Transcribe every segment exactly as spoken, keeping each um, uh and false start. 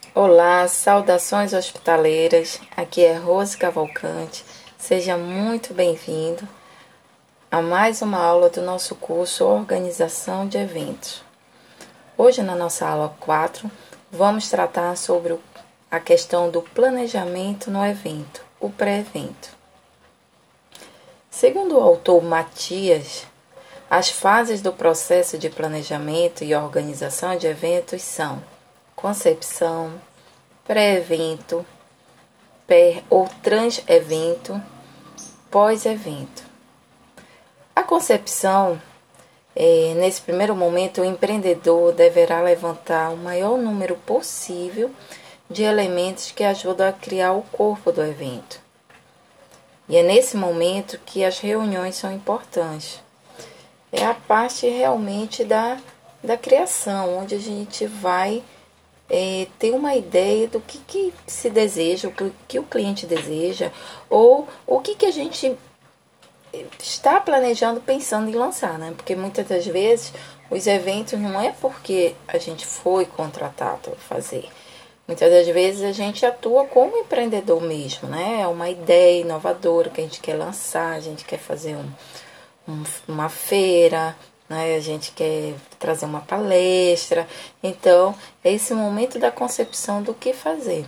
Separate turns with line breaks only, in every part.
Olá, saudações hospitaleiras. Aqui é Rose Cavalcante. Seja muito bem-vindo a mais uma aula do nosso curso Organização de Eventos. Hoje, na nossa aula quatro, vamos tratar sobre a questão do planejamento no evento, o pré-evento. Segundo o autor Matias, as fases do processo de planejamento e organização de eventos são concepção, pré-evento, pré ou trans-evento, pós-evento. A concepção, é, nesse primeiro momento, o empreendedor deverá levantar o maior número possível de elementos que ajudam a criar o corpo do evento. E é nesse momento que as reuniões são importantes. É a parte realmente da, da criação, onde a gente vai É, ter uma ideia do que, que se deseja, o que, que o cliente deseja, ou o que, que a gente está planejando, pensando em lançar, né? Porque muitas das vezes os eventos não é porque a gente foi contratado para fazer. Muitas das vezes a gente atua como empreendedor mesmo, né? É uma ideia inovadora que a gente quer lançar, a gente quer fazer um, um, uma feira, né? A gente quer trazer uma palestra. Então, é esse momento da concepção do que fazer.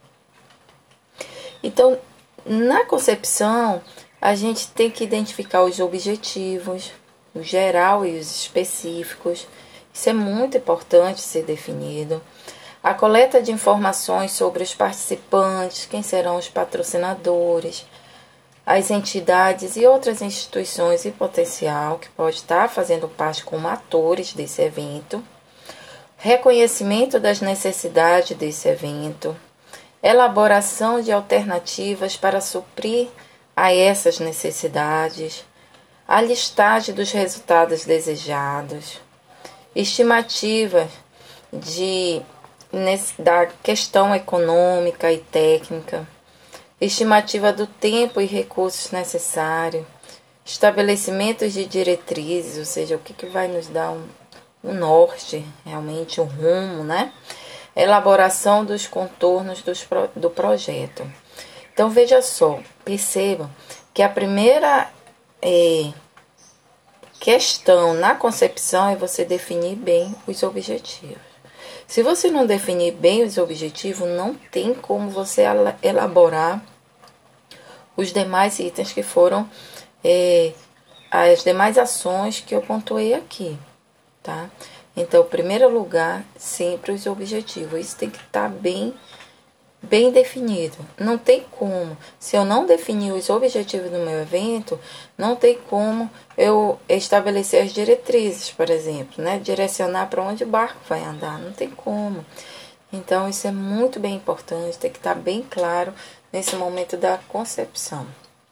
Então, na concepção, a gente tem que identificar os objetivos, o geral e os específicos. Isso é muito importante ser definido. A coleta de informações sobre os participantes, quem serão os patrocinadores, as entidades e outras instituições em potencial que pode estar fazendo parte como atores desse evento, reconhecimento das necessidades desse evento, elaboração de alternativas para suprir a essas necessidades, a listagem dos resultados desejados, estimativa de, da questão econômica e técnica, estimativa do tempo e recursos necessários, estabelecimentos de diretrizes, ou seja, o que, que vai nos dar um, um norte, realmente um rumo, né? Elaboração dos contornos dos, do projeto. Então, veja só, percebam que a primeira é, questão na concepção é você definir bem os objetivos. Se você não definir bem os objetivos, não tem como você elaborar os demais itens que foram, é, as demais ações que eu pontuei aqui, tá? Então, em primeiro lugar, sempre os objetivos. Isso tem que estar bem, bem definido. Não tem como, se eu não definir os objetivos do meu evento, não tem como eu estabelecer as diretrizes, por exemplo, né? Direcionar para onde o barco vai andar, não tem como. Então, isso é muito bem importante, tem que estar bem claro nesse momento da concepção.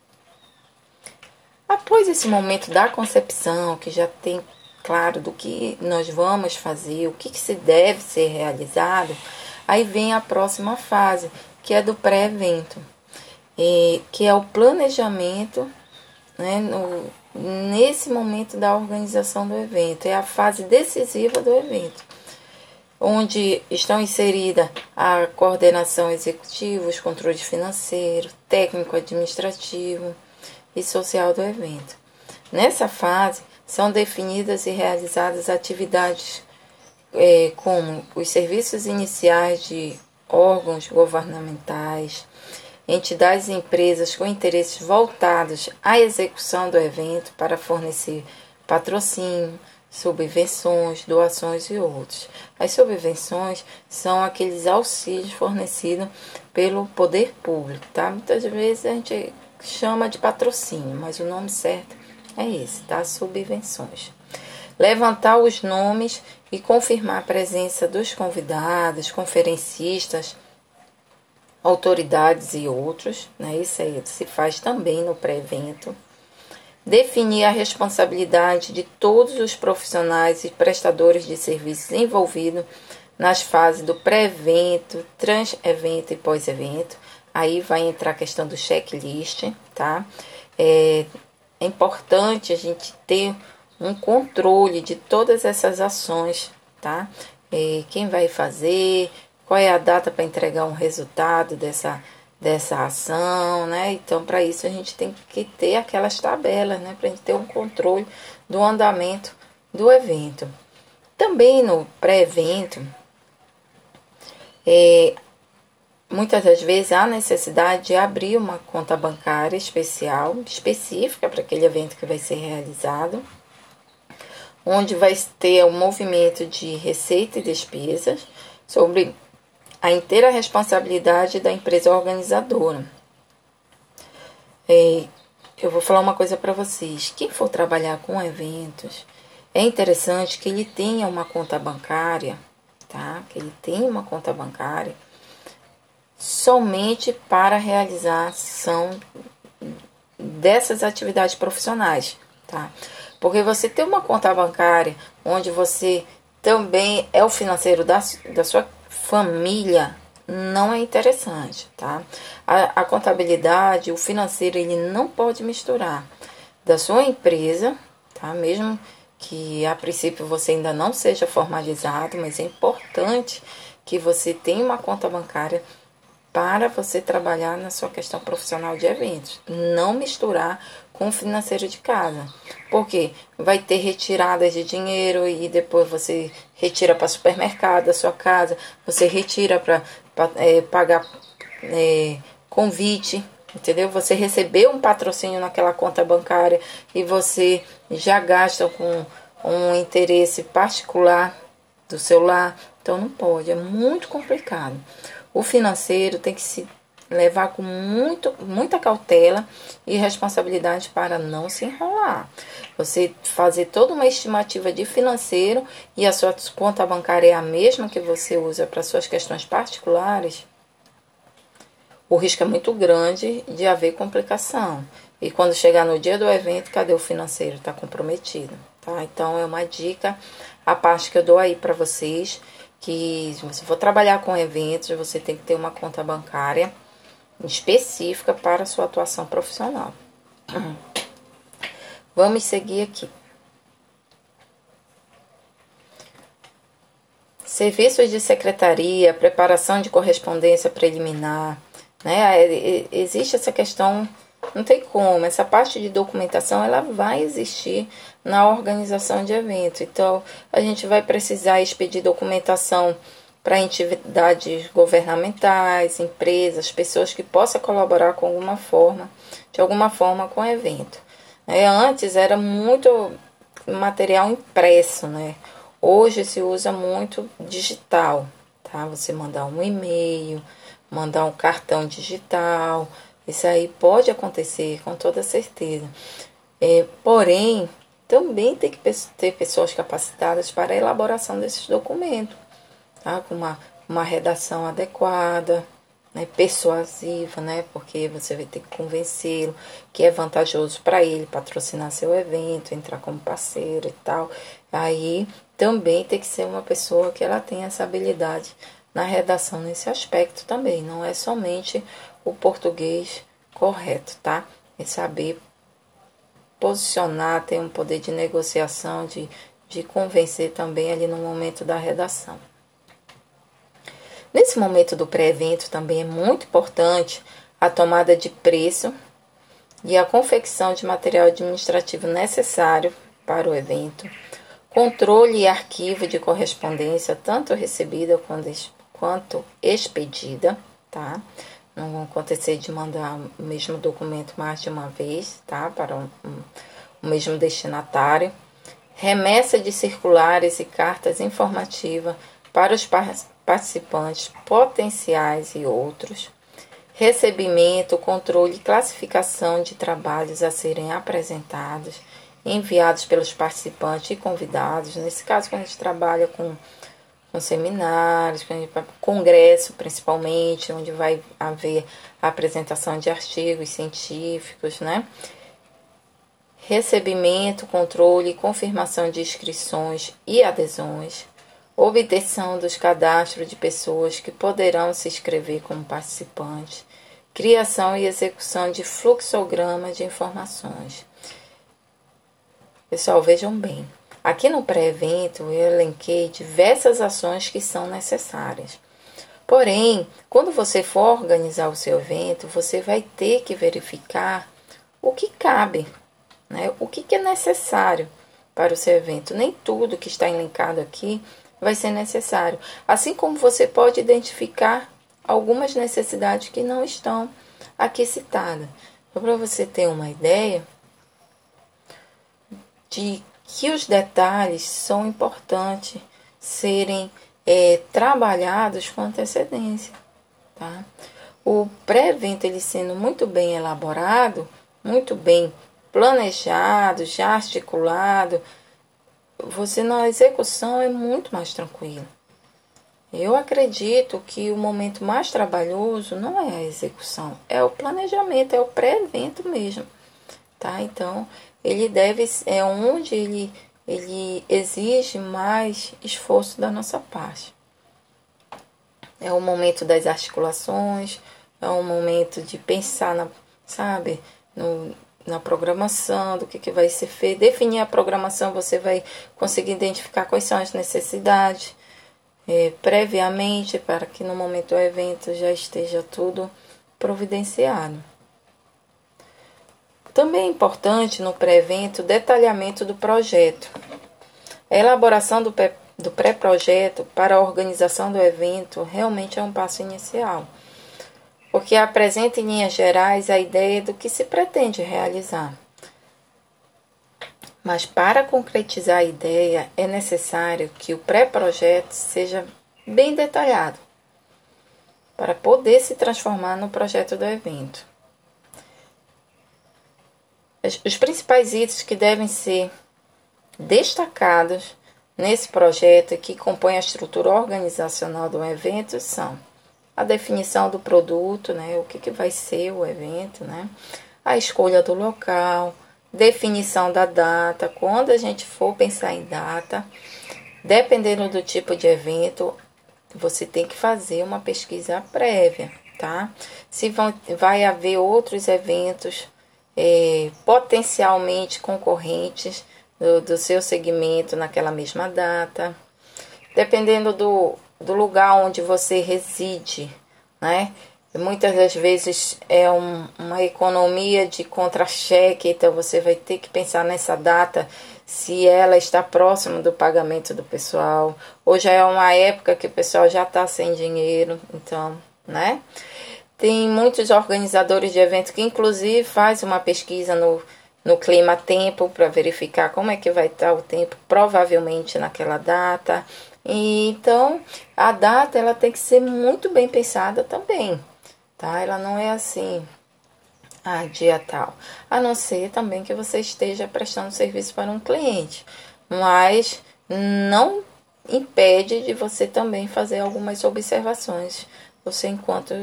Após esse momento da concepção, que já tem claro do que nós vamos fazer, o que, que se deve ser realizado, aí vem a próxima fase, que é do pré-evento, que é o planejamento, né, no, nesse momento da organização do evento. É a fase decisiva do evento, onde estão inseridas a coordenação executiva, os controles financeiros, técnico, administrativo e social do evento. Nessa fase, são definidas e realizadas atividades é, como os serviços iniciais de órgãos governamentais, entidades e empresas com interesses voltados à execução do evento para fornecer patrocínio, subvenções, doações e outros. As subvenções são aqueles auxílios fornecidos pelo poder público, tá? Muitas vezes a gente chama de patrocínio, mas o nome certo é esse, tá? Subvenções. Levantar os nomes e confirmar a presença dos convidados, conferencistas, autoridades e outros, né? Isso aí se faz também no pré-evento. Definir a responsabilidade de todos os profissionais e prestadores de serviços envolvidos nas fases do pré-evento, trans-evento e pós-evento. Aí vai entrar a questão do checklist, tá? É, é importante a gente ter um controle de todas essas ações, tá? É, quem vai fazer, qual é a data para entregar um resultado dessa, dessa ação, né? Então, para isso, a gente tem que ter aquelas tabelas, né? Para a gente ter um controle do andamento do evento. Também no pré-evento, é, muitas das vezes há necessidade de abrir uma conta bancária especial, específica para aquele evento que vai ser realizado, onde vai ter um movimento de receita e despesas sobre a inteira responsabilidade da empresa organizadora. É, eu vou falar uma coisa para vocês. Quem for trabalhar com eventos, é interessante que ele tenha uma conta bancária, tá? Que ele tenha uma conta bancária somente para a realização dessas atividades profissionais, tá? Porque você ter uma conta bancária onde você também é o financeiro da, da sua família não é interessante, tá? A, a contabilidade, o financeiro, ele não pode misturar da sua empresa, tá? Mesmo que a princípio você ainda não seja formalizado, mas é importante que você tenha uma conta bancária para você trabalhar na sua questão profissional de eventos. Não misturar com o financeiro de casa. Porque vai ter retiradas de dinheiro e depois você retira para supermercado da sua casa, você retira para é, pagar é, convite, entendeu? Você recebeu um patrocínio naquela conta bancária e você já gasta com um interesse particular do seu lar. Então não pode, é muito complicado. O financeiro tem que se levar com muito, muita cautela e responsabilidade para não se enrolar. Você fazer toda uma estimativa de financeiro e a sua conta bancária é a mesma que você usa para suas questões particulares, o risco é muito grande de haver complicação. E quando chegar no dia do evento, cadê o financeiro? Está comprometido, tá? Então é uma dica, a parte que eu dou aí para vocês, que se você for trabalhar com eventos, você tem que ter uma conta bancária específica para a sua atuação profissional. Vamos seguir aqui. Serviços de secretaria, preparação de correspondência preliminar, né? Existe essa questão, não tem como, essa parte de documentação ela vai existir na organização de eventos. Então, a gente vai precisar expedir documentação para entidades governamentais, empresas, pessoas que possam colaborar com alguma forma, de alguma forma com o evento. É, antes era muito material impresso, né? Hoje se usa muito digital, tá? Você mandar um e-mail, mandar um cartão digital, isso aí pode acontecer com toda certeza. É, porém, também tem que ter pessoas capacitadas para a elaboração desses documentos, tá? Com uma, uma redação adequada, né? Persuasiva, né? Porque você vai ter que convencê-lo que é vantajoso para ele patrocinar seu evento, entrar como parceiro e tal. Aí também tem que ser uma pessoa que ela tenha essa habilidade na redação nesse aspecto também. Não é somente o português correto, tá? É saber posicionar, ter um poder de negociação, de, de convencer também ali no momento da redação. Nesse momento do pré-evento também é muito importante a tomada de preço e a confecção de material administrativo necessário para o evento, controle e arquivo de correspondência, tanto recebida quanto expedida, tá? Não vai acontecer de mandar o mesmo documento mais de uma vez, tá? Para um, um, o mesmo destinatário. Remessa de circulares e cartas informativas para os participantes potenciais e outros. Recebimento, controle e classificação de trabalhos a serem apresentados, enviados pelos participantes e convidados. Nesse caso, quando a gente trabalha com, com seminários, com congresso principalmente, onde vai haver a apresentação de artigos científicos, né? Recebimento, controle e confirmação de inscrições e adesões. Obtenção dos cadastros de pessoas que poderão se inscrever como participantes. Criação e execução de fluxograma de informações. Pessoal, vejam bem, aqui no pré-evento eu elenquei diversas ações que são necessárias. Porém, quando você for organizar o seu evento, você vai ter que verificar o que cabe, né? O que, que é necessário para o seu evento. Nem tudo que está elencado aqui vai ser necessário. Assim como você pode identificar algumas necessidades que não estão aqui citadas. Então, para você ter uma ideia de que os detalhes são importantes serem é, trabalhados com antecedência, tá? O pré-evento, ele sendo muito bem elaborado, muito bem planejado, já articulado, você na execução é muito mais tranquilo. Eu acredito que o momento mais trabalhoso não é a execução, é o planejamento, é o pré-evento mesmo, tá? Então, ele deve, é onde ele, ele exige mais esforço da nossa parte. É o momento das articulações, é o momento de pensar, na, sabe, no, na programação, do que, que vai ser feito. Definir a programação, você vai conseguir identificar quais são as necessidades é, previamente, para que no momento do evento já esteja tudo providenciado. Também é importante no pré-evento o detalhamento do projeto. A elaboração do pré do pré-projeto para a organização do evento realmente é um passo inicial, porque apresenta em linhas gerais a ideia do que se pretende realizar. Mas para concretizar a ideia é necessário que o pré-projeto seja bem detalhado, para poder se transformar no projeto do evento. Os principais itens que devem ser destacados nesse projeto que compõe a estrutura organizacional do evento são a definição do produto, né, o que, que vai ser o evento, né, a escolha do local, definição da data. Quando a gente for pensar em data, dependendo do tipo de evento, você tem que fazer uma pesquisa prévia, tá? Se vão, vai haver outros eventos é, potencialmente concorrentes Do, do seu segmento naquela mesma data, dependendo do, do lugar onde você reside, né? Muitas das vezes é um, uma economia de contra-cheque, então você vai ter que pensar nessa data, se ela está próxima do pagamento do pessoal, ou já é uma época que o pessoal já está sem dinheiro, então, né? Tem muitos organizadores de eventos que inclusive fazem uma pesquisa no no clima-tempo para verificar como é que vai estar o tempo, provavelmente naquela data. E, então, a data ela tem que ser muito bem pensada também, tá? Ela não é assim, ah, dia tal. A não ser também que você esteja prestando serviço para um cliente, mas não impede de você também fazer algumas observações, você enquanto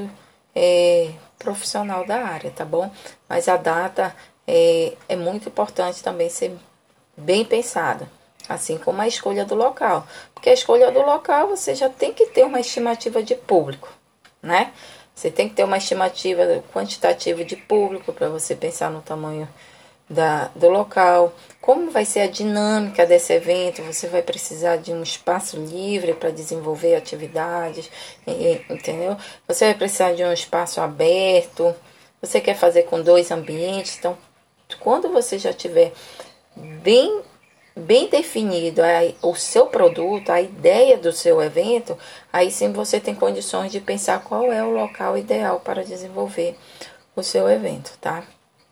é, profissional da área, tá bom? Mas a data É, é muito importante também ser bem pensada, assim como a escolha do local, porque a escolha do local você já tem que ter uma estimativa de público, né? Você tem que ter uma estimativa quantitativa de público para você pensar no tamanho da, do local, como vai ser a dinâmica desse evento, você vai precisar de um espaço livre para desenvolver atividades, entendeu? Você vai precisar de um espaço aberto, você quer fazer com dois ambientes, então quando você já tiver bem, bem definido a, o seu produto, a ideia do seu evento, aí sim você tem condições de pensar qual é o local ideal para desenvolver o seu evento, tá?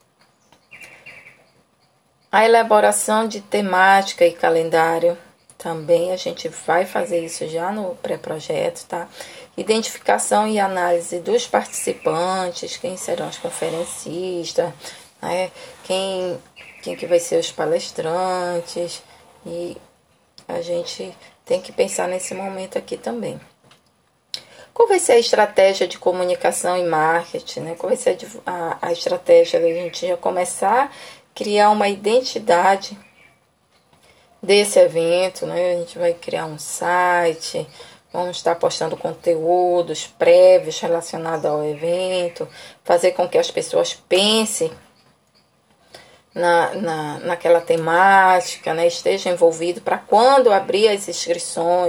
A elaboração de temática e calendário, também a gente vai fazer isso já no pré-projeto, tá? Identificação e análise dos participantes, quem serão os conferencistas, né? Quem, quem que vai ser os palestrantes, e a gente tem que pensar nesse momento aqui também. Qual vai ser a estratégia de comunicação e marketing, né? Qual vai ser a, a estratégia da gente já começar a criar uma identidade desse evento, né? A gente vai criar um site, vamos estar postando conteúdos prévios relacionados ao evento, fazer com que as pessoas pensem Na, na, naquela temática, né, esteja envolvido para quando abrir as inscrições,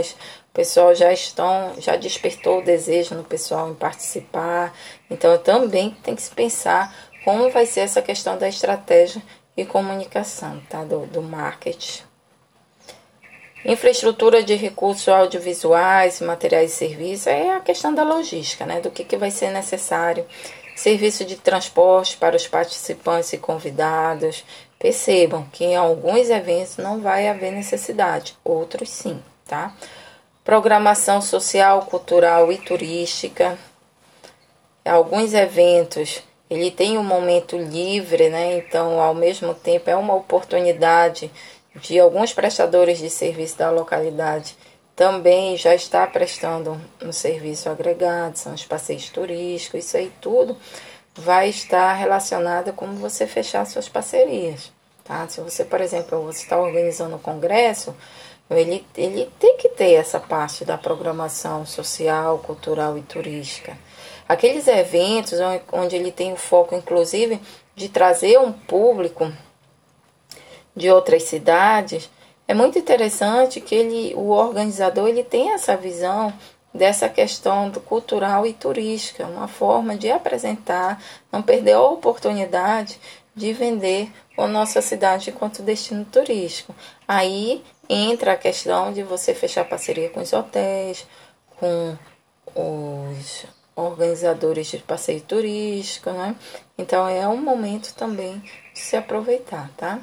o pessoal já estão, já despertou o desejo no pessoal em participar. Então também tem que se pensar como vai ser essa questão da estratégia e comunicação, tá? Do, do marketing. Infraestrutura de recursos audiovisuais, materiais e serviços, é a questão da logística, né? Do que, que vai ser necessário. Serviço de transporte para os participantes e convidados. Percebam que em alguns eventos não vai haver necessidade, outros sim, tá? Programação social, cultural e turística. Alguns eventos, ele tem um momento livre, né? Então, ao mesmo tempo, é uma oportunidade de alguns prestadores de serviço da localidade também já está prestando um serviço agregado, são os passeios turísticos, isso aí tudo vai estar relacionado a como você fechar suas parcerias, tá? Se você, por exemplo, você está organizando um congresso, ele, ele tem que ter essa parte da programação social, cultural e turística. Aqueles eventos onde ele tem o foco, inclusive, de trazer um público de outras cidades, é muito interessante que ele, o organizador ele tem essa visão dessa questão do cultural e turística, uma forma de apresentar, não perder a oportunidade de vender a nossa cidade enquanto destino turístico. Aí entra a questão de você fechar parceria com os hotéis, com os organizadores de passeio turístico, né? Então é um momento também de se aproveitar, tá?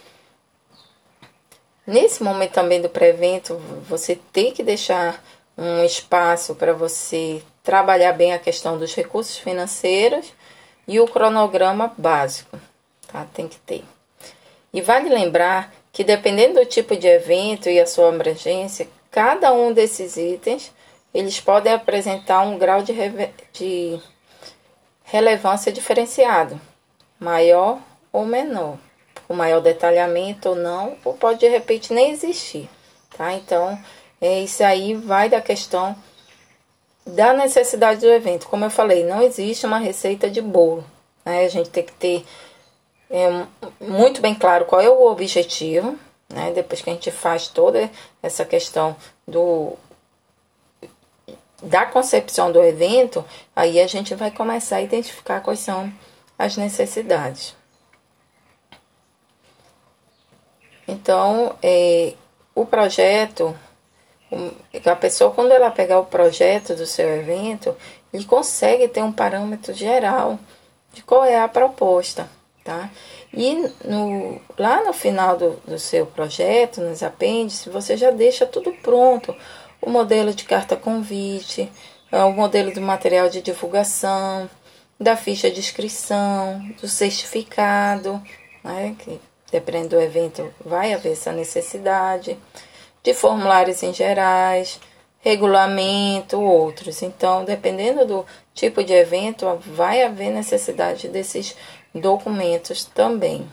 Nesse momento também do pré-evento, você tem que deixar um espaço para você trabalhar bem a questão dos recursos financeiros e o cronograma básico, tá? Tem que ter. E vale lembrar que dependendo do tipo de evento e a sua abrangência, cada um desses itens, eles podem apresentar um grau de, de relevância diferenciado, maior ou menor. Com maior detalhamento ou não, ou pode de repente nem existir, tá? Então, é, isso aí vai da questão da necessidade do evento. Como eu falei, não existe uma receita de bolo, né? A gente tem que ter é, muito bem claro qual é o objetivo, né? Depois que a gente faz toda essa questão do, da concepção do evento, aí a gente vai começar a identificar quais são as necessidades. Então, é, o projeto, a pessoa quando ela pegar o projeto do seu evento, ele consegue ter um parâmetro geral de qual é a proposta, tá? E no, lá no final do, do seu projeto, nos apêndices, você já deixa tudo pronto. O modelo de carta convite, o modelo do material de divulgação, da ficha de inscrição, do certificado, né, que dependendo do evento, vai haver essa necessidade, de formulários em gerais, regulamento, outros. Então, dependendo do tipo de evento, vai haver necessidade desses documentos também.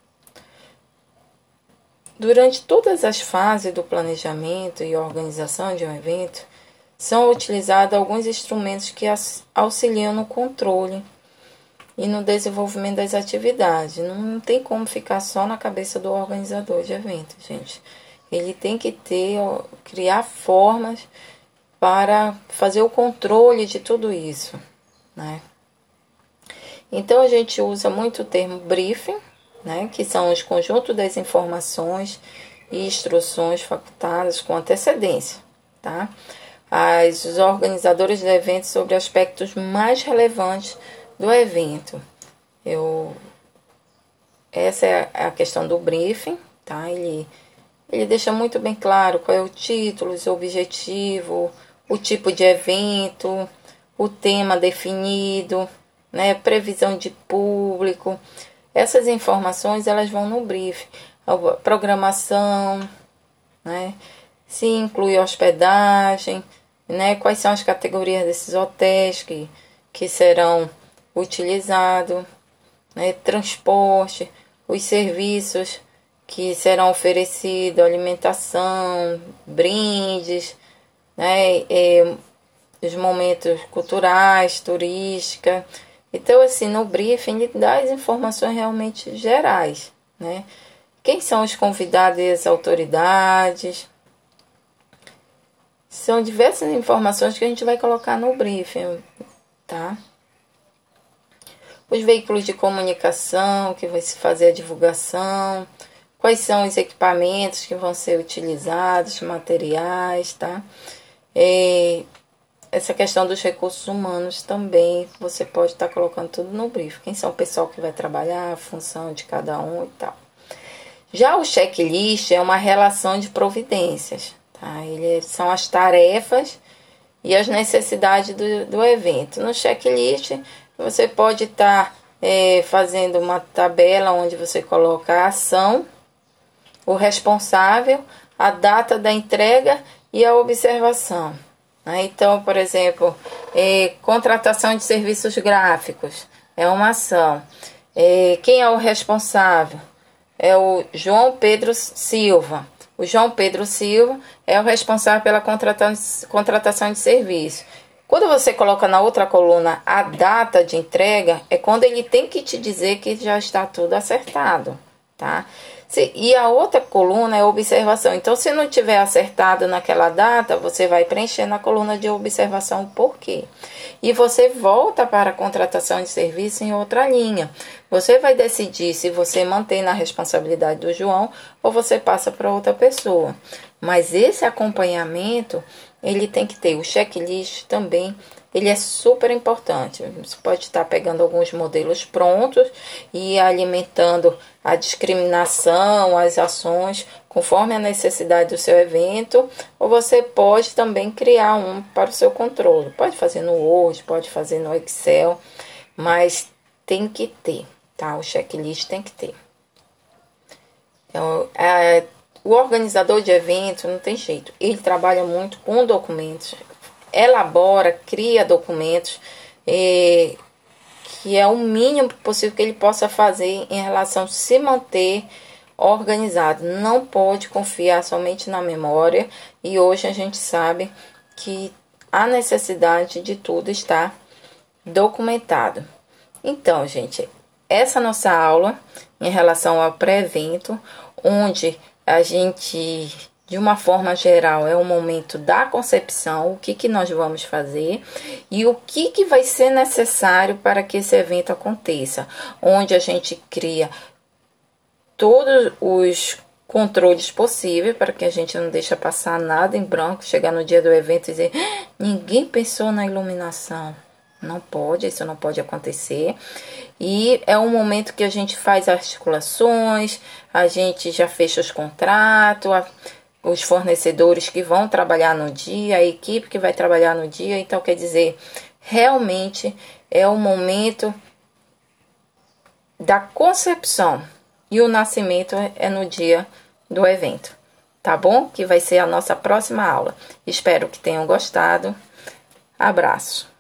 Durante todas as fases do planejamento e organização de um evento, são utilizados alguns instrumentos que auxiliam no controle e no desenvolvimento das atividades. Não tem como ficar só na cabeça do organizador de evento, gente. Ele tem que ter, criar formas para fazer o controle de tudo isso, né? Então, a gente usa muito o termo briefing, né? Que são os conjuntos das informações e instruções facultadas com antecedência, tá? As, os organizadores do evento sobre aspectos mais relevantes do evento. Eu, essa é a questão do briefing, tá? Ele, ele deixa muito bem claro qual é o título, o objetivo, o tipo de evento, o tema definido, né? Previsão de público. Essas informações elas vão no briefing. A programação, né? Se inclui hospedagem, né? Quais são as categorias desses hotéis que, que serão utilizado, né, transporte, os serviços que serão oferecidos, alimentação, brindes, né, é, os momentos culturais, turística. Então, assim, no briefing ele dá as informações realmente gerais, né? Quem são os convidados e as autoridades, São diversas informações que a gente vai colocar no briefing, tá? Os veículos de comunicação que vai se fazer a divulgação, quais são os equipamentos que vão ser utilizados, materiais, tá? É, essa questão dos recursos humanos também, você pode estar colocando tudo no briefing. Quem são o pessoal que vai trabalhar, a função de cada um e tal. Já o checklist é uma relação de providências, tá? Ele são as tarefas e as necessidades do, do evento. No checklist, você pode estar é, fazendo uma tabela onde você coloca a ação, o responsável, a data da entrega e a observação. Né? Então, por exemplo, é, contratação de serviços gráficos é uma ação. É, quem é o responsável? É o João Pedro Silva. O João Pedro Silva é o responsável pela contratação de serviço. Quando você coloca na outra coluna a data de entrega, é quando ele tem que te dizer que já está tudo acertado, tá? Se, e a outra coluna é observação. Então, se não tiver acertado naquela data, você vai preencher na coluna de observação o porquê. E você volta para a contratação de serviço em outra linha. Você vai decidir se você mantém na responsabilidade do João ou você passa para outra pessoa. Mas esse acompanhamento, ele tem que ter. O checklist também, ele é super importante. Você pode estar pegando alguns modelos prontos e alimentando a discriminação, as ações, conforme a necessidade do seu evento, ou você pode também criar um para o seu controle. Pode fazer no Word, pode fazer no Excel, mas tem que ter, tá? O checklist tem que ter. Então, é, o organizador de evento não tem jeito. Ele trabalha muito com documentos, elabora, cria documentos, é, que é o mínimo possível que ele possa fazer em relação a se manter organizado. Não pode confiar somente na memória, e hoje a gente sabe que a necessidade de tudo está documentado. Então, gente, essa nossa aula em relação ao pré-evento, onde a gente, de uma forma geral, é o momento da concepção, o que, que nós vamos fazer e o que, que vai ser necessário para que esse evento aconteça, onde a gente cria todos os controles possíveis para que a gente não deixe passar nada em branco, chegar no dia do evento e dizer, ah, ninguém pensou na iluminação. Não pode, isso não pode acontecer. E é um momento que a gente faz articulações, a gente já fecha os contratos, a, os fornecedores que vão trabalhar no dia, a equipe que vai trabalhar no dia. Então, quer dizer, realmente é o momento da concepção e o nascimento é no dia do evento, tá bom? Que vai ser a nossa próxima aula. Espero que tenham gostado. Abraço.